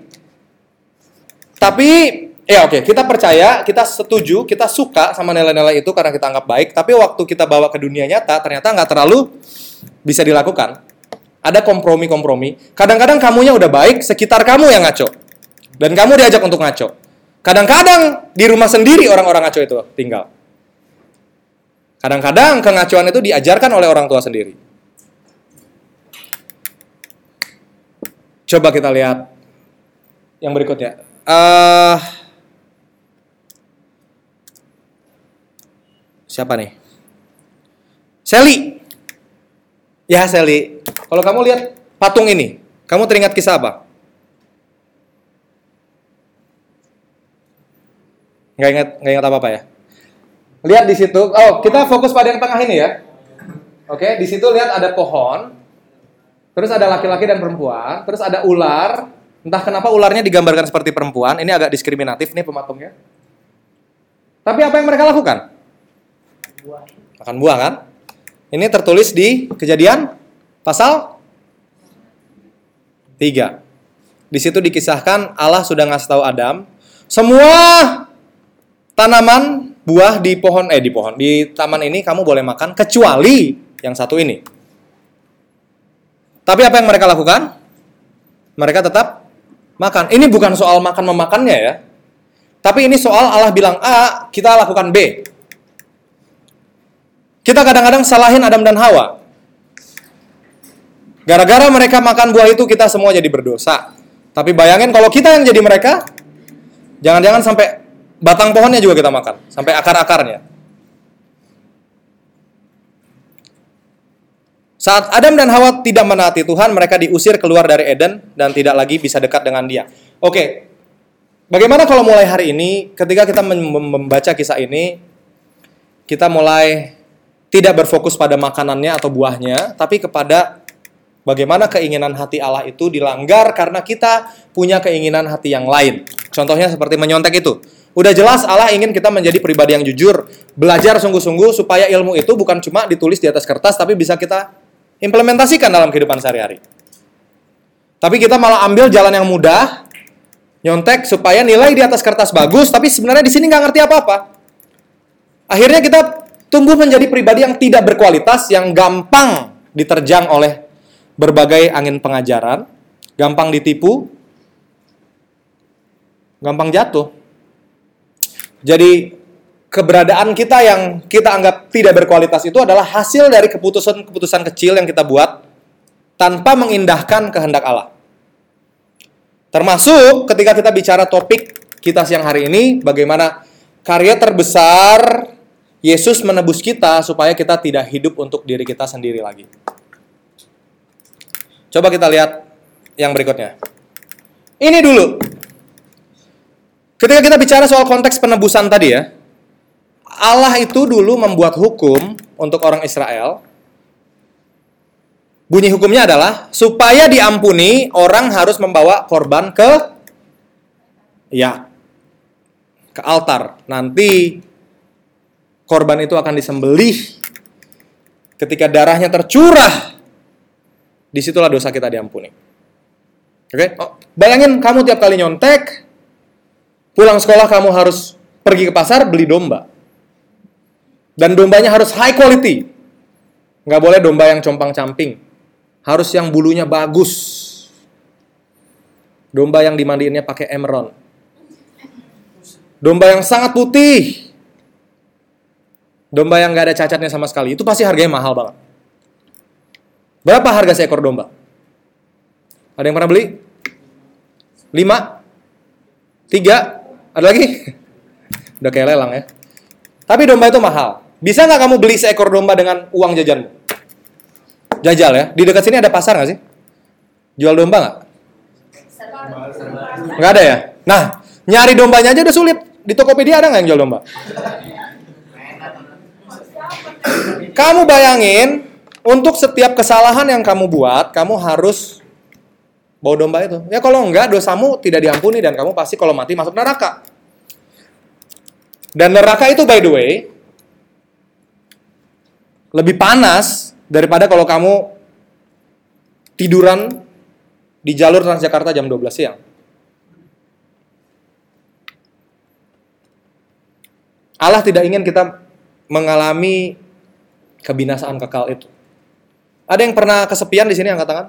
Tapi, kita percaya, kita setuju, kita suka sama nilai-nilai itu karena kita anggap baik. Tapi waktu kita bawa ke dunia nyata, ternyata nggak terlalu bisa dilakukan. Ada kompromi-kompromi. Kadang-kadang kamunya udah baik, sekitar kamu yang ngaco. Dan kamu diajak untuk ngaco. Kadang-kadang di rumah sendiri orang-orang ngaco itu tinggal. Kadang-kadang kengacuan itu diajarkan oleh orang tua sendiri. Coba kita lihat yang berikutnya. Siapa nih? Sally. Ya, Sally. Kalau kamu lihat patung ini, kamu teringat kisah apa? Nggak ingat apa-apa ya? Lihat di situ. Oh, kita fokus pada yang tengah ini ya. Oke, di situ lihat ada pohon. Terus ada laki-laki dan perempuan. Terus ada ular. Entah kenapa ularnya digambarkan seperti perempuan. Ini agak diskriminatif nih pematungnya. Tapi apa yang mereka lakukan? Makan buah kan? Ini tertulis di Kejadian pasal 3. Di situ dikisahkan Allah sudah ngasih tahu Adam, semua tanaman buah di taman ini kamu boleh makan kecuali yang satu ini. Tapi apa yang mereka lakukan? Mereka tetap makan. Ini bukan soal makan-memakannya ya. Tapi ini soal Allah bilang A, kita lakukan B. Kita kadang-kadang salahin Adam dan Hawa. Gara-gara mereka makan buah itu, kita semua jadi berdosa. Tapi bayangin kalau kita yang jadi mereka, jangan-jangan sampai batang pohonnya juga kita makan. Sampai akar-akarnya. Saat Adam dan Hawa tidak menaati Tuhan, mereka diusir keluar dari Eden dan tidak lagi bisa dekat dengan Dia. Oke, bagaimana kalau mulai hari ini, ketika kita membaca kisah ini, kita mulai tidak berfokus pada makanannya atau buahnya, tapi kepada bagaimana keinginan hati Allah itu dilanggar karena kita punya keinginan hati yang lain. Contohnya seperti menyontek itu. Udah jelas Allah ingin kita menjadi pribadi yang jujur, belajar sungguh-sungguh supaya ilmu itu bukan cuma ditulis di atas kertas, tapi bisa kita implementasikan dalam kehidupan sehari-hari. Tapi kita malah ambil jalan yang mudah, nyontek supaya nilai di atas kertas bagus, tapi sebenarnya di sini nggak ngerti apa-apa. Akhirnya kita tumbuh menjadi pribadi yang tidak berkualitas, yang gampang diterjang oleh berbagai angin pengajaran, gampang ditipu, gampang jatuh. Jadi keberadaan kita yang kita anggap tidak berkualitas itu adalah hasil dari keputusan-keputusan kecil yang kita buat tanpa mengindahkan kehendak Allah. Termasuk ketika kita bicara topik kita siang hari ini, bagaimana karya terbesar Yesus menebus kita supaya kita tidak hidup untuk diri kita sendiri lagi. Coba kita lihat yang berikutnya. Ini dulu. Ketika kita bicara soal konteks penebusan tadi ya, Allah itu dulu membuat hukum untuk orang Israel. Bunyi hukumnya adalah, supaya diampuni, orang harus membawa korban ke altar. Nanti korban itu akan disembelih. Ketika darahnya tercurah, disitulah dosa kita diampuni. Oke? Bayangin kamu tiap kali nyontek, pulang sekolah kamu harus pergi ke pasar beli domba. Dan dombanya harus high quality. Nggak boleh domba yang compang-camping. Harus yang bulunya bagus. Domba yang dimandiinnya pakai emeron. Domba yang sangat putih. Domba yang nggak ada cacatnya sama sekali. Itu pasti harganya mahal banget. Berapa harga seekor domba? Ada yang pernah beli? 5? 3? Ada lagi? Udah kayak lelang ya. Tapi domba itu mahal. Bisa nggak kamu beli seekor domba dengan uang jajanmu? Jajal ya. Di dekat sini ada pasar nggak sih? Jual domba nggak? Nggak ada ya? Nah, nyari dombanya aja udah sulit. Di Tokopedia ada nggak yang jual domba? Kamu bayangin, untuk setiap kesalahan yang kamu buat, kamu harus bawa domba itu. Ya kalau enggak, dosamu tidak diampuni dan kamu pasti kalau mati masuk neraka. Dan neraka itu by the way lebih panas daripada kalau kamu tiduran di jalur Transjakarta jam 12 siang. Allah tidak ingin kita mengalami kebinasaan kekal itu. Ada yang pernah kesepian di sini angkat tangan?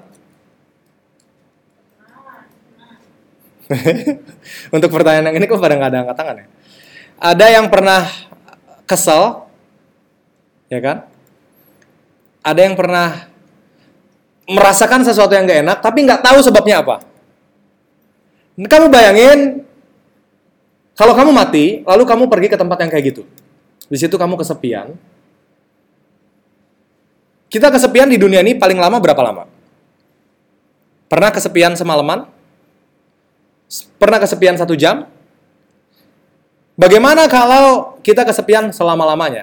Untuk pertanyaan yang ini kok pada nggak ada angkat tangan ya? Ada yang pernah kesel, ya kan? Ada yang pernah merasakan sesuatu yang nggak enak, tapi nggak tahu sebabnya apa. Kamu bayangin, kalau kamu mati, lalu kamu pergi ke tempat yang kayak gitu. Di situ kamu kesepian. Kita kesepian di dunia ini paling lama berapa lama? Pernah kesepian semalaman? Pernah kesepian 1 jam? Bagaimana kalau kita kesepian selama-lamanya?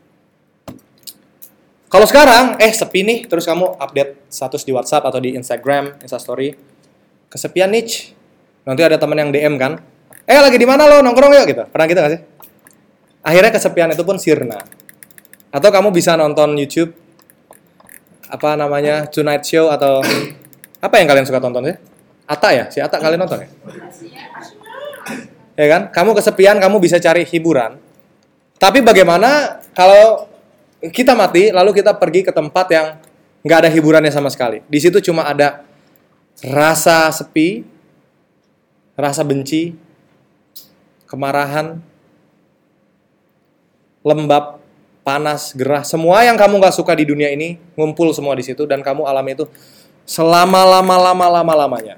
Kalau sekarang, sepi nih, terus kamu update status di WhatsApp atau di Instagram, Instastory, kesepian nih, nanti ada teman yang DM kan, lagi di mana lo, nongkrong yuk gitu. Pernah gitu gak sih? Akhirnya kesepian itu pun sirna. Atau kamu bisa nonton YouTube, Tonight Show atau apa yang kalian suka tonton sih? Atta ya? Si Atta kalian nonton ya? Ya kan? Kamu kesepian, kamu bisa cari hiburan. Tapi bagaimana kalau kita mati, lalu kita pergi ke tempat yang nggak ada hiburannya sama sekali. Di situ cuma ada rasa sepi, rasa benci, kemarahan, lembab, panas, gerah. Semua yang kamu nggak suka di dunia ini ngumpul semua di situ dan kamu alami itu selama-lamanya.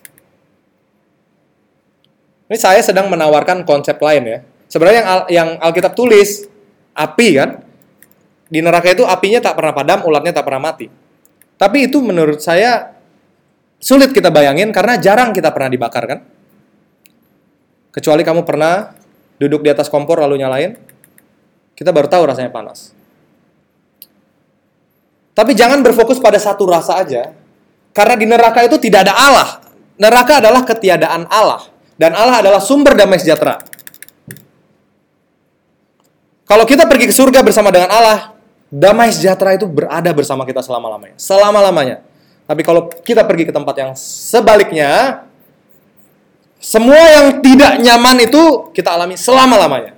Ini saya sedang menawarkan konsep lain ya. Sebenarnya yang Alkitab tulis, api kan. Di neraka itu apinya tak pernah padam, ulatnya tak pernah mati. Tapi itu menurut saya sulit kita bayangin karena jarang kita pernah dibakar kan. Kecuali kamu pernah duduk di atas kompor lalu nyalain, kita baru tahu rasanya panas. Tapi jangan berfokus pada satu rasa aja. Karena di neraka itu tidak ada Allah. Neraka adalah ketiadaan Allah. Dan Allah adalah sumber damai sejahtera. Kalau kita pergi ke surga bersama dengan Allah, damai sejahtera itu berada bersama kita selama-lamanya. Selama-lamanya. Tapi kalau kita pergi ke tempat yang sebaliknya, semua yang tidak nyaman itu kita alami selama-lamanya.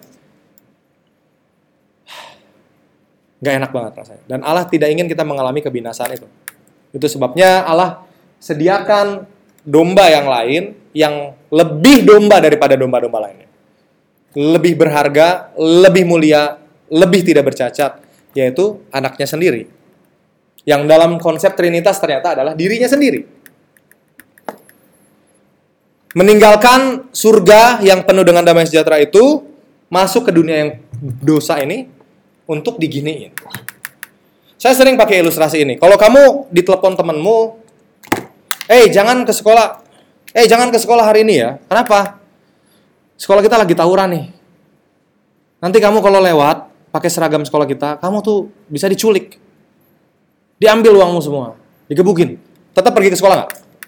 Gak enak banget rasanya. Dan Allah tidak ingin kita mengalami kebinasaan itu. Itu sebabnya Allah sediakan domba yang lain yang lebih domba daripada domba-domba lainnya. Lebih berharga, lebih mulia, lebih tidak bercacat, yaitu anaknya sendiri. Yang dalam konsep Trinitas ternyata adalah dirinya sendiri. Meninggalkan surga yang penuh dengan damai sejahtera itu, masuk ke dunia yang dosa ini, untuk diginiin. Saya sering pakai ilustrasi ini. Kalau kamu ditelepon temenmu, jangan ke sekolah. Jangan ke sekolah hari ini ya. Kenapa? Sekolah kita lagi tawuran nih. Nanti kamu kalau lewat pakai seragam sekolah kita, kamu tuh bisa diculik. Diambil uangmu semua, digebukin. Tetap pergi ke sekolah nggak?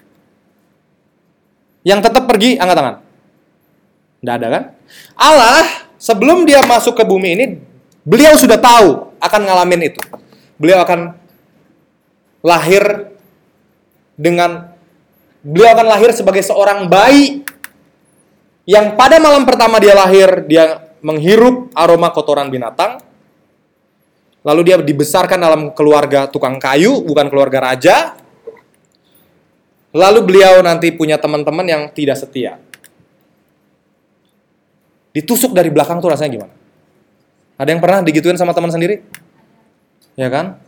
Yang tetap pergi, angkat tangan. Nggak ada kan? Allah, sebelum dia masuk ke bumi ini, beliau sudah tahu akan ngalamin itu. Beliau akan lahir sebagai seorang bayi yang pada malam pertama dia lahir, dia menghirup aroma kotoran binatang. Lalu dia dibesarkan dalam keluarga tukang kayu, bukan keluarga raja. Lalu beliau nanti punya teman-teman yang tidak setia. Ditusuk dari belakang tuh rasanya gimana? Ada yang pernah digituin sama teman sendiri? Ya kan?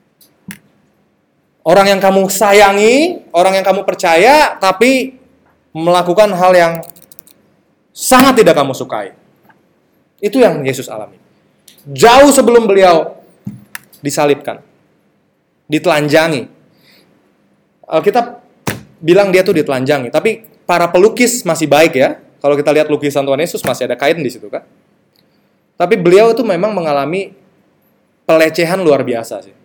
Orang yang kamu sayangi, orang yang kamu percaya, tapi melakukan hal yang sangat tidak kamu sukai. Itu yang Yesus alami. Jauh sebelum beliau disalibkan, ditelanjangi. Kita bilang dia tuh ditelanjangi, tapi para pelukis masih baik ya. Kalau kita lihat lukisan Tuhan Yesus masih ada kain di situ kan. Tapi beliau itu memang mengalami pelecehan luar biasa sih.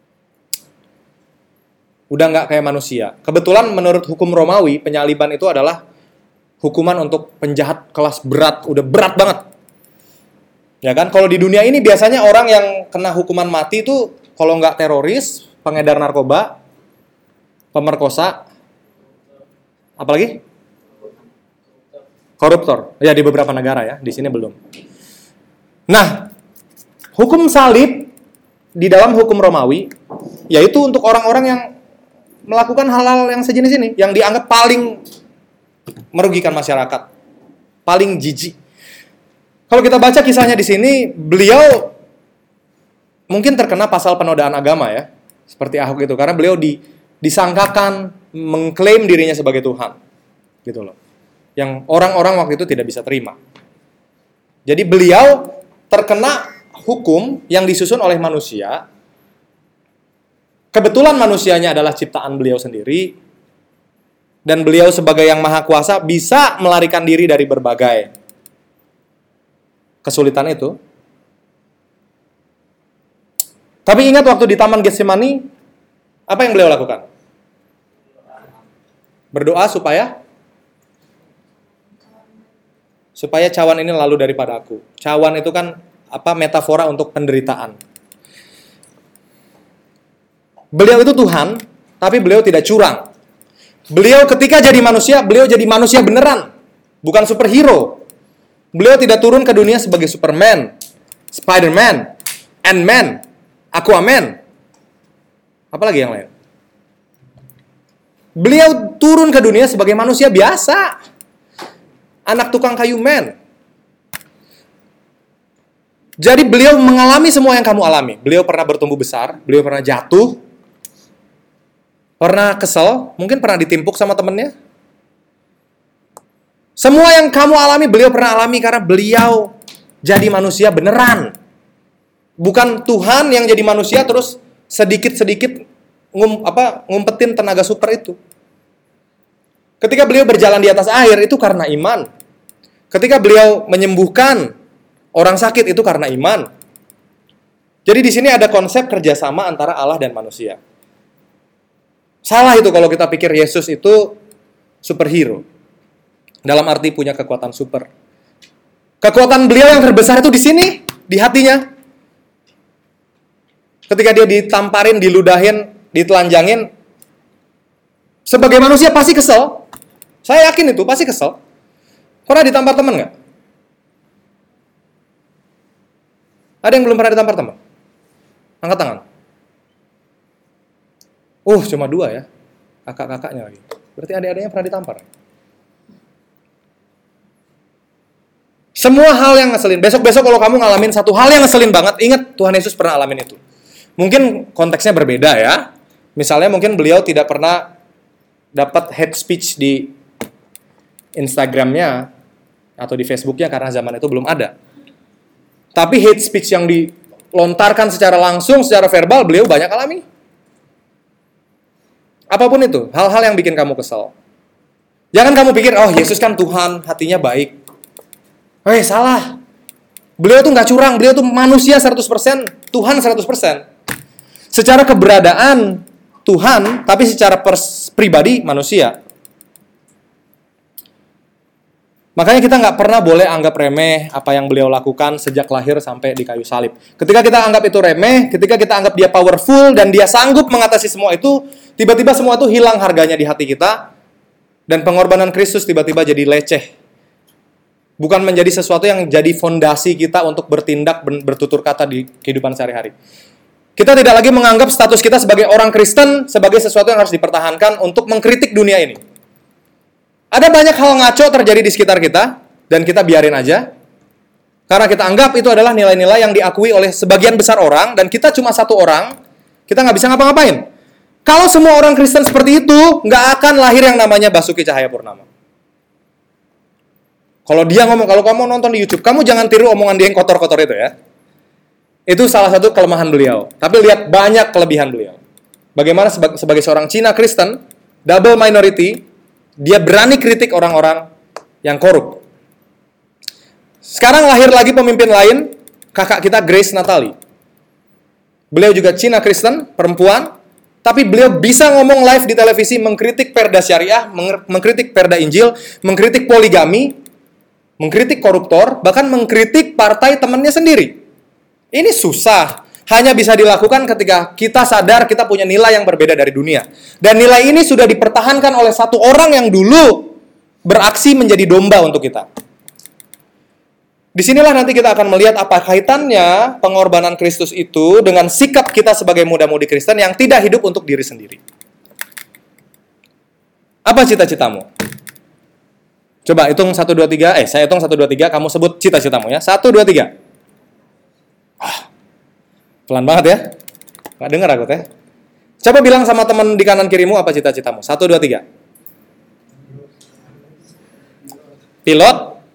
Udah nggak kayak manusia. Kebetulan menurut hukum Romawi, penyaliban itu adalah hukuman untuk penjahat kelas berat, udah berat banget. Ya kan? Kalau di dunia ini biasanya orang yang kena hukuman mati itu kalau nggak teroris, pengedar narkoba, pemerkosa, apalagi? Koruptor. Ya di beberapa negara ya, di sini belum. Nah, hukum salib di dalam hukum Romawi yaitu untuk orang-orang yang melakukan hal-hal yang sejenis ini, yang dianggap paling merugikan masyarakat, paling jijik. Kalau kita baca kisahnya di sini, beliau mungkin terkena pasal penodaan agama ya, seperti Ahok itu, karena beliau disangkakan mengklaim dirinya sebagai Tuhan, gitu loh. Yang orang-orang waktu itu tidak bisa terima. Jadi beliau terkena hukum yang disusun oleh manusia. Kebetulan manusianya adalah ciptaan beliau sendiri, dan beliau sebagai yang maha kuasa bisa melarikan diri dari berbagai kesulitan itu. Tapi ingat waktu di Taman Getsemani, apa yang beliau lakukan? Berdoa supaya cawan ini lalu daripada aku. Cawan itu kan metafora untuk penderitaan. Beliau itu Tuhan, tapi beliau tidak curang. Beliau ketika jadi manusia, beliau jadi manusia beneran, bukan superhero. Beliau tidak turun ke dunia sebagai Superman, Spider-Man, Ant-Man, Aquaman, apalagi yang lain. Beliau turun ke dunia sebagai manusia biasa, anak tukang kayu man. Jadi beliau mengalami semua yang kamu alami. Beliau pernah bertumbuh besar, beliau pernah jatuh, pernah kesel, mungkin pernah ditimpuk sama temennya. Semua yang kamu alami, beliau pernah alami karena beliau jadi manusia beneran. Bukan Tuhan yang jadi manusia terus sedikit-sedikit ngumpetin tenaga super itu. Ketika beliau berjalan di atas air, itu karena iman. Ketika beliau menyembuhkan orang sakit, itu karena iman. Jadi di sini ada konsep kerjasama antara Allah dan manusia. Salah itu kalau kita pikir Yesus itu superhero. Dalam arti punya kekuatan super. Kekuatan beliau yang terbesar itu di sini. di hatinya. Ketika dia ditamparin, diludahin, ditelanjangin, sebagai manusia pasti kesel. Saya yakin itu, pasti kesel. Pernah ditampar teman nggak? Ada yang belum pernah ditampar teman? Angkat tangan. Cuma 2 ya. Kakak-kakaknya lagi. Berarti adik-adiknya pernah ditampar. Semua hal yang ngeselin. Besok-besok kalau kamu ngalamin satu hal yang ngeselin banget, ingat Tuhan Yesus pernah alamin itu. Mungkin konteksnya berbeda ya. Misalnya mungkin beliau tidak pernah dapat hate speech di Instagramnya atau di Facebooknya karena zaman itu belum ada. Tapi hate speech yang dilontarkan secara langsung, secara verbal, beliau banyak alami. Apapun itu, hal-hal yang bikin kamu kesal. Jangan kamu pikir, Yesus kan Tuhan, hatinya baik. Salah. Beliau tuh nggak curang, beliau tuh manusia 100%, Tuhan 100%. Secara keberadaan Tuhan, tapi secara pribadi manusia. Makanya kita nggak pernah boleh anggap remeh apa yang beliau lakukan sejak lahir sampai di kayu salib. Ketika kita anggap itu remeh, ketika kita anggap dia powerful dan dia sanggup mengatasi semua itu, tiba-tiba semua itu hilang harganya di hati kita, dan pengorbanan Kristus tiba-tiba jadi leceh. Bukan menjadi sesuatu yang jadi fondasi kita untuk bertindak, bertutur kata di kehidupan sehari-hari. Kita tidak lagi menganggap status kita sebagai orang Kristen sebagai sesuatu yang harus dipertahankan untuk mengkritik dunia ini. Ada banyak hal ngaco terjadi di sekitar kita, dan kita biarin aja. Karena kita anggap itu adalah nilai-nilai yang diakui oleh sebagian besar orang, dan kita cuma satu orang, kita nggak bisa ngapa-ngapain. Kalau semua orang Kristen seperti itu, nggak akan lahir yang namanya Basuki Cahayapurnama. Kalau dia ngomong, kalau kamu nonton di YouTube, kamu jangan tiru omongan dia yang kotor-kotor itu ya. Itu salah satu kelemahan beliau. Tapi lihat banyak kelebihan beliau. Bagaimana sebagai seorang Cina Kristen, double minority, dia berani kritik orang-orang yang korup. Sekarang lahir lagi pemimpin lain, kakak kita Grace Natali. Beliau juga Cina Kristen, perempuan, tapi beliau bisa ngomong live di televisi mengkritik perda syariah, mengkritik perda Injil, mengkritik poligami, mengkritik koruptor, bahkan mengkritik partai temannya sendiri. Ini susah. Hanya bisa dilakukan ketika kita sadar kita punya nilai yang berbeda dari dunia. Dan nilai ini sudah dipertahankan oleh satu orang yang dulu beraksi menjadi domba untuk kita. Disinilah nanti kita akan melihat apa kaitannya pengorbanan Kristus itu dengan sikap kita sebagai muda-mudi Kristen yang tidak hidup untuk diri sendiri. Apa cita-citamu? Coba hitung 1, 2, 3. Saya hitung 1, 2, 3. Kamu sebut cita-citamu ya. 1, 2, 3. Pelan banget ya. Nggak dengar aku teh. Coba bilang sama teman di kanan kirimu apa cita-citamu. 1, 2, 3. Pilot.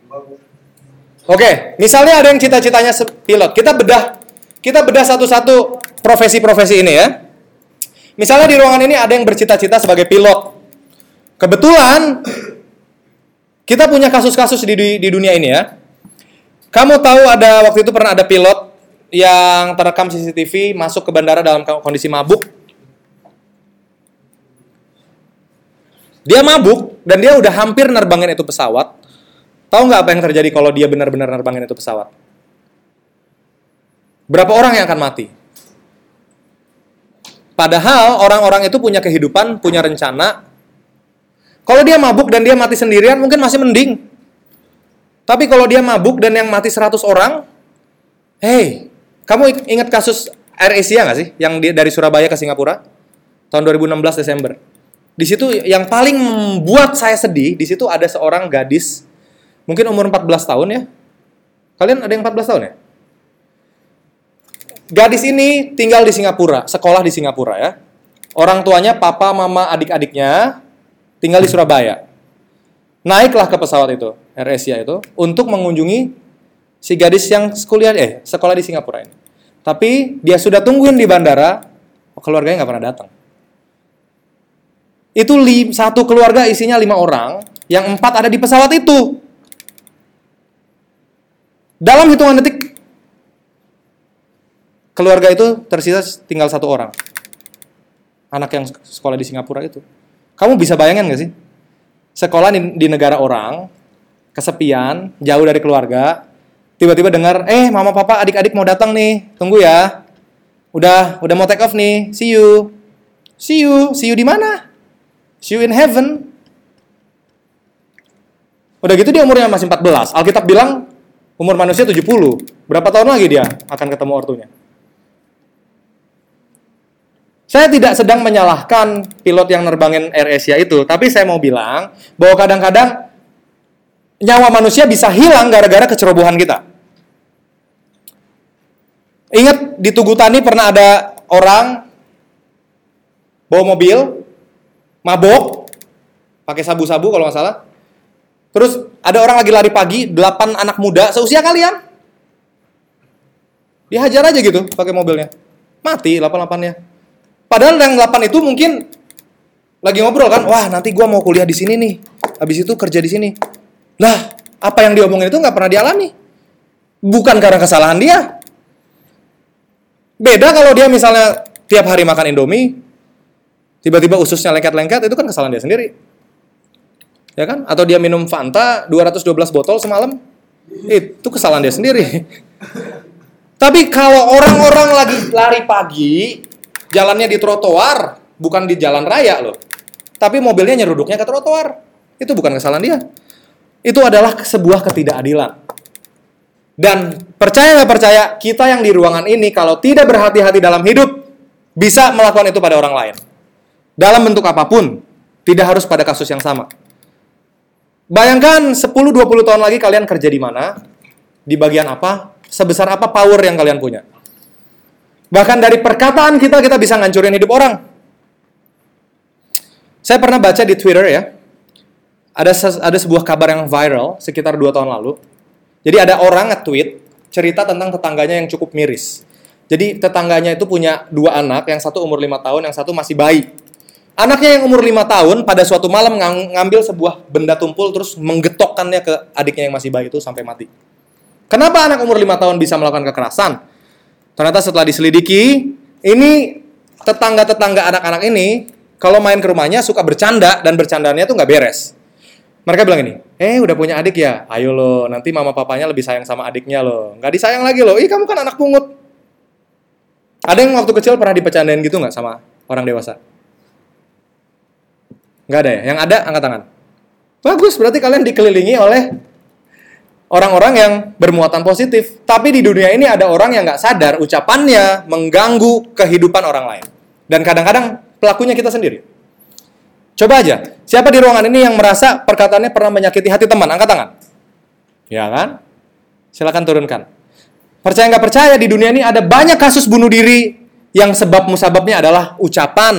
Oke, misalnya ada yang cita-citanya pilot. Kita bedah satu-satu profesi-profesi ini ya. Misalnya di ruangan ini ada yang bercita-cita sebagai pilot. Kebetulan kita punya kasus-kasus di dunia ini ya. Kamu tahu waktu itu pernah ada pilot yang terekam CCTV masuk ke bandara dalam kondisi mabuk. Dia mabuk dan dia udah hampir nerbangin itu pesawat. Tahu nggak apa yang terjadi kalau dia benar-benar nerbangin itu pesawat? Berapa orang yang akan mati? Padahal orang-orang itu punya kehidupan, punya rencana. Kalau dia mabuk dan dia mati sendirian mungkin masih mending. Tapi kalau dia mabuk dan yang mati 100 orang, kamu ingat kasus AirAsia nggak sih? Yang dari Surabaya ke Singapura? Tahun 2016 Desember. Di situ yang paling membuat saya sedih, di situ ada seorang gadis, mungkin umur 14 tahun ya. Kalian ada yang 14 tahun ya? Gadis ini tinggal di Singapura, sekolah di Singapura ya. Orang tuanya, papa, mama, adik-adiknya tinggal di Surabaya. Naiklah ke pesawat itu, AirAsia itu, untuk mengunjungi si gadis yang sekolah di Singapura ini. Tapi dia sudah tungguin di bandara, keluarganya nggak pernah datang. Itu satu keluarga isinya 5 orang, yang 4 ada di pesawat itu. Dalam hitungan detik, keluarga itu tersisa tinggal 1 orang. Anak yang sekolah di Singapura itu. Kamu bisa bayangin nggak sih? Sekolah di negara orang, kesepian, jauh dari keluarga, Tiba-tiba dengar, mama papa adik-adik mau datang nih, tunggu ya. Udah mau take off nih, see you di mana? See you in heaven. Udah gitu dia umurnya masih 14. Alkitab bilang umur manusia 70. Berapa tahun lagi dia akan ketemu ortunya? Saya tidak sedang menyalahkan pilot yang nerbangin AirAsia itu, tapi saya mau bilang bahwa kadang-kadang nyawa manusia bisa hilang gara-gara kecerobohan kita. Ingat di Tugu Tani pernah ada orang bawa mobil, mabok, pakai sabu-sabu kalau nggak salah. Terus ada orang lagi lari pagi, 8 anak muda seusia kalian. Dihajar aja gitu pakai mobilnya. Mati 8-8-nya. Padahal yang 8 itu mungkin lagi ngobrol kan, wah nanti gua mau kuliah di sini nih, habis itu kerja di sini. Lah, apa yang diomongin itu nggak pernah dialami. Bukan karena kesalahan dia. Beda kalau dia misalnya tiap hari makan Indomie, tiba-tiba ususnya lengket-lengket, itu kan kesalahan dia sendiri. Ya kan? Atau dia minum Fanta 212 botol semalam, itu kesalahan dia sendiri. Tapi kalau orang-orang lagi lari pagi, jalannya di trotoar, bukan di jalan raya loh. Tapi mobilnya nyeruduknya ke trotoar. Itu bukan kesalahan dia. Itu adalah sebuah ketidakadilan. Dan percaya nggak percaya, kita yang di ruangan ini kalau tidak berhati-hati dalam hidup, bisa melakukan itu pada orang lain. Dalam bentuk apapun, tidak harus pada kasus yang sama. Bayangkan 10-20 tahun lagi kalian kerja di mana, di bagian apa, sebesar apa power yang kalian punya. Bahkan dari perkataan kita bisa ngancurin hidup orang. Saya pernah baca di Twitter ya, ada sebuah kabar yang viral sekitar 2 tahun lalu. Jadi ada orang nge-tweet cerita tentang tetangganya yang cukup miris. Jadi tetangganya itu punya 2 anak, yang satu umur 5 tahun, yang satu masih bayi. Anaknya yang umur 5 tahun pada suatu malam ngambil sebuah benda tumpul terus menggetokkannya ke adiknya yang masih bayi itu sampai mati. Kenapa anak umur 5 tahun bisa melakukan kekerasan? Ternyata setelah diselidiki, ini tetangga-tetangga anak-anak ini kalau main ke rumahnya suka bercanda dan bercandanya tuh nggak beres. Mereka bilang ini, udah punya adik ya? Ayo lo, nanti mama papanya lebih sayang sama adiknya lo. Nggak disayang lagi lo, kamu kan anak pungut. Ada yang waktu kecil pernah dipecandain gitu nggak sama orang dewasa? Nggak ada ya? Yang ada, angkat tangan. Bagus, berarti kalian dikelilingi oleh orang-orang yang bermuatan positif. Tapi di dunia ini ada orang yang nggak sadar ucapannya mengganggu kehidupan orang lain. Dan kadang-kadang pelakunya kita sendiri. Coba aja, siapa di ruangan ini yang merasa perkataannya pernah menyakiti hati teman? Angkat tangan. Ya kan? Silakan turunkan. Percaya nggak percaya, di dunia ini ada banyak kasus bunuh diri yang sebab-musababnya adalah ucapan.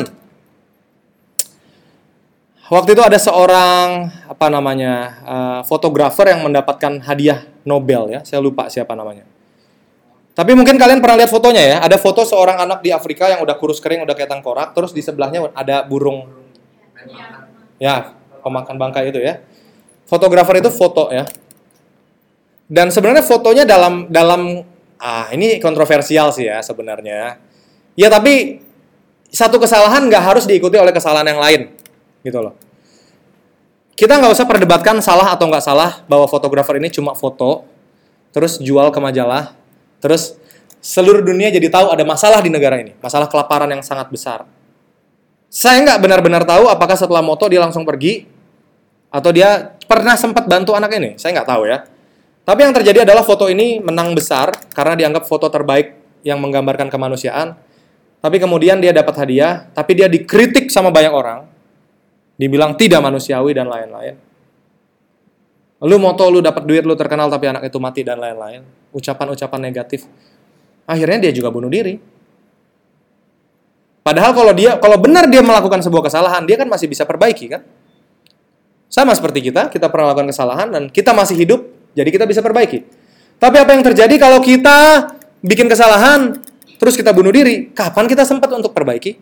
Waktu itu ada seorang fotografer yang mendapatkan hadiah Nobel ya, saya lupa siapa namanya. Tapi mungkin kalian pernah lihat fotonya ya, ada foto seorang anak di Afrika yang udah kurus kering, udah kayak tengkorak, terus di sebelahnya ada burung. Ya, pemakan bangkai itu ya. Fotografer itu foto ya. Dan sebenarnya fotonya dalam ini kontroversial sih ya sebenarnya. Ya tapi satu kesalahan nggak harus diikuti oleh kesalahan yang lain, gitu loh. Kita nggak usah perdebatkan salah atau nggak salah bahwa fotografer ini cuma foto, terus jual ke majalah, terus seluruh dunia jadi tahu ada masalah di negara ini, masalah kelaparan yang sangat besar. Saya nggak benar-benar tahu apakah setelah moto dia langsung pergi atau dia pernah sempat bantu anak ini. Saya nggak tahu ya. Tapi yang terjadi adalah foto ini menang besar karena dianggap foto terbaik yang menggambarkan kemanusiaan. Tapi kemudian dia dapat hadiah, tapi dia dikritik sama banyak orang. Dibilang tidak manusiawi dan lain-lain. Lu moto, lu dapat duit, lu terkenal tapi anak itu mati dan lain-lain. Ucapan-ucapan negatif. Akhirnya dia juga bunuh diri. Padahal kalau benar dia melakukan sebuah kesalahan, dia kan masih bisa perbaiki kan? Sama seperti kita pernah melakukan kesalahan dan kita masih hidup, jadi kita bisa perbaiki. Tapi apa yang terjadi kalau kita bikin kesalahan, terus kita bunuh diri? Kapan kita sempat untuk perbaiki?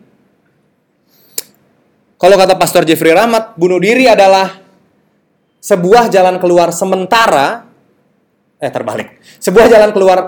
Kalau kata Pastor Jeffrey Rahmat, bunuh diri adalah sebuah jalan keluar sementara, terbalik. Sebuah jalan keluar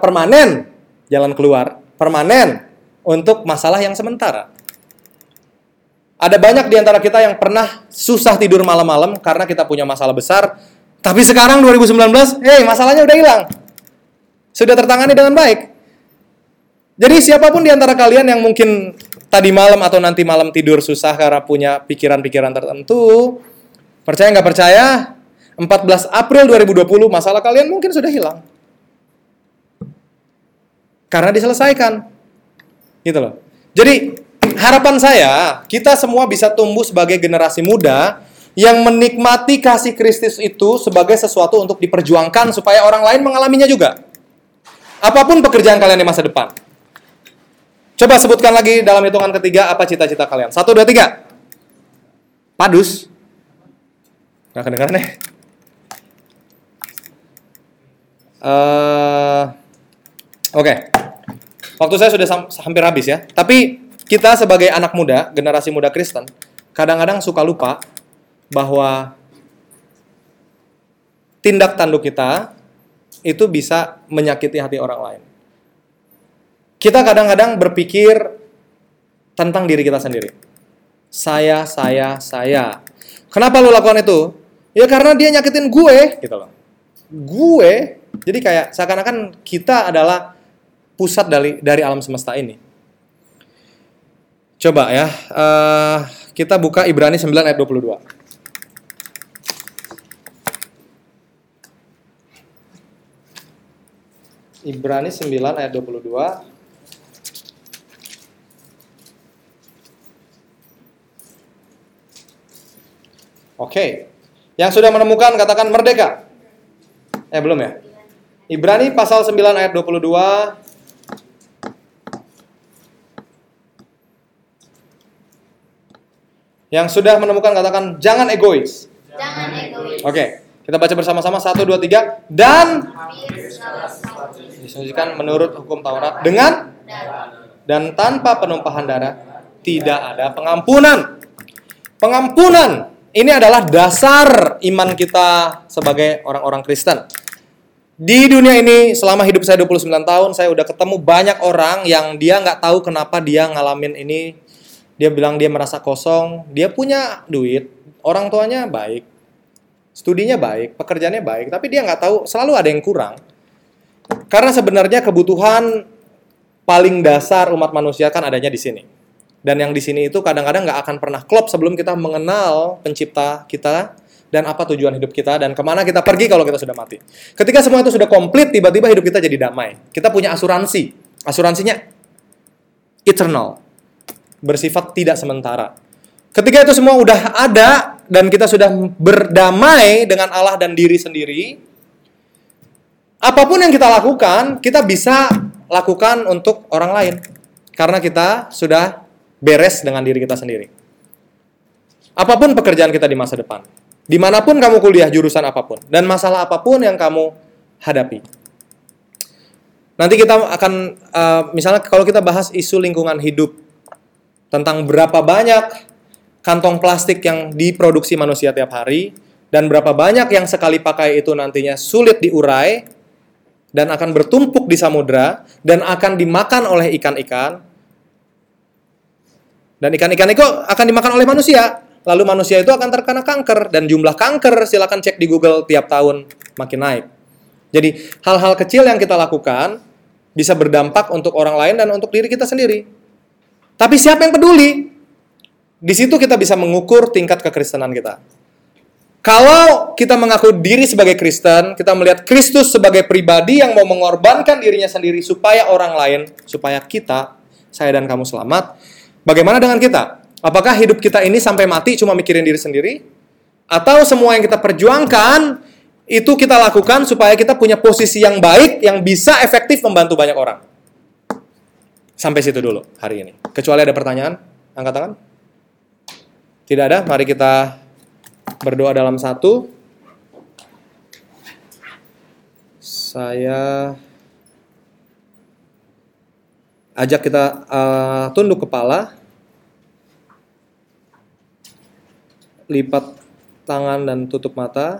permanen untuk masalah yang sementara. Ada banyak di antara kita yang pernah susah tidur malam-malam karena kita punya masalah besar, tapi sekarang 2019, masalahnya udah hilang. sudah tertangani dengan baik. Jadi siapapun di antara kalian yang mungkin tadi malam atau nanti malam tidur susah karena punya pikiran-pikiran tertentu, percaya nggak percaya, 14 April 2020 masalah kalian mungkin sudah hilang. Karena diselesaikan. Gitu loh. Jadi harapan saya, kita semua bisa tumbuh sebagai generasi muda yang menikmati kasih Kristus itu sebagai sesuatu untuk diperjuangkan supaya orang lain mengalaminya juga. Apapun pekerjaan kalian di masa depan. Coba sebutkan lagi dalam hitungan ketiga apa cita-cita kalian. 1, 2, 3. Padus. Nggak kedengeran nih. Oke. Waktu saya sudah hampir habis ya. Tapi kita sebagai anak muda, generasi muda Kristen, kadang-kadang suka lupa bahwa tindak tanduk kita itu bisa menyakiti hati orang lain. Kita kadang-kadang berpikir tentang diri kita sendiri. Saya. Kenapa lu lakukan itu? Ya karena dia nyakitin gue, gitu loh. Gue, jadi kayak seakan-akan kita adalah pusat dari alam semesta ini. Coba ya, kita buka Ibrani 9 ayat 22. Ibrani 9 ayat 22. Oke. Yang sudah menemukan katakan merdeka. Belum ya? Ibrani pasal 9 ayat 22. Yang sudah menemukan katakan jangan egois. Jangan egois. Oke. Kita baca bersama-sama 1, 2, 3. Dan disucikan menurut hukum Taurat dengan dan tanpa penumpahan darah tidak ada pengampunan. Pengampunan ini adalah dasar iman kita sebagai orang-orang Kristen. Di dunia ini selama hidup saya 29 tahun, saya udah ketemu banyak orang yang dia nggak tahu kenapa dia ngalamin ini. Dia bilang dia merasa kosong, dia punya duit, orang tuanya baik, studinya baik, pekerjaannya baik, tapi dia nggak tahu, selalu ada yang kurang. Karena sebenarnya kebutuhan paling dasar umat manusia kan adanya di sini. Dan yang di sini itu kadang-kadang nggak akan pernah klop sebelum kita mengenal pencipta kita dan apa tujuan hidup kita dan kemana kita pergi kalau kita sudah mati. Ketika semua itu sudah komplit, tiba-tiba hidup kita jadi damai. Kita punya asuransi. Asuransinya eternal. Bersifat tidak sementara. Ketika itu semua udah ada dan kita sudah berdamai dengan Allah dan diri sendiri, apapun yang kita lakukan, kita bisa lakukan untuk orang lain. Karena kita sudah beres dengan diri kita sendiri. Apapun pekerjaan kita di masa depan, dimanapun kamu kuliah, jurusan apapun, dan masalah apapun yang kamu hadapi. Nanti kita akan, misalnya kalau kita bahas isu lingkungan hidup, tentang berapa banyak kantong plastik yang diproduksi manusia tiap hari, dan berapa banyak yang sekali pakai itu nantinya sulit diurai, dan akan bertumpuk di samudra, dan akan dimakan oleh ikan-ikan, dan ikan-ikan itu akan dimakan oleh manusia. Lalu manusia itu akan terkena kanker. Dan jumlah kanker, silakan cek di Google, tiap tahun makin naik. Jadi hal-hal kecil yang kita lakukan bisa berdampak untuk orang lain dan untuk diri kita sendiri. Tapi siapa yang peduli? Di situ kita bisa mengukur tingkat kekristenan kita. Kalau kita mengaku diri sebagai Kristen, kita melihat Kristus sebagai pribadi yang mau mengorbankan dirinya sendiri supaya orang lain, supaya kita, saya dan kamu selamat. Bagaimana dengan kita? Apakah hidup kita ini sampai mati cuma mikirin diri sendiri? Atau semua yang kita perjuangkan itu kita lakukan supaya kita punya posisi yang baik yang bisa efektif membantu banyak orang? Sampai situ dulu hari ini. Kecuali ada pertanyaan, angkat tangan. Tidak ada, mari kita berdoa dalam satu. Saya ajak kita tunduk kepala, lipat tangan dan tutup mata.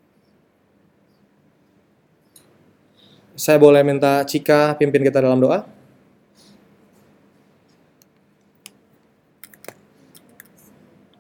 Saya boleh minta Cika pimpin kita dalam doa?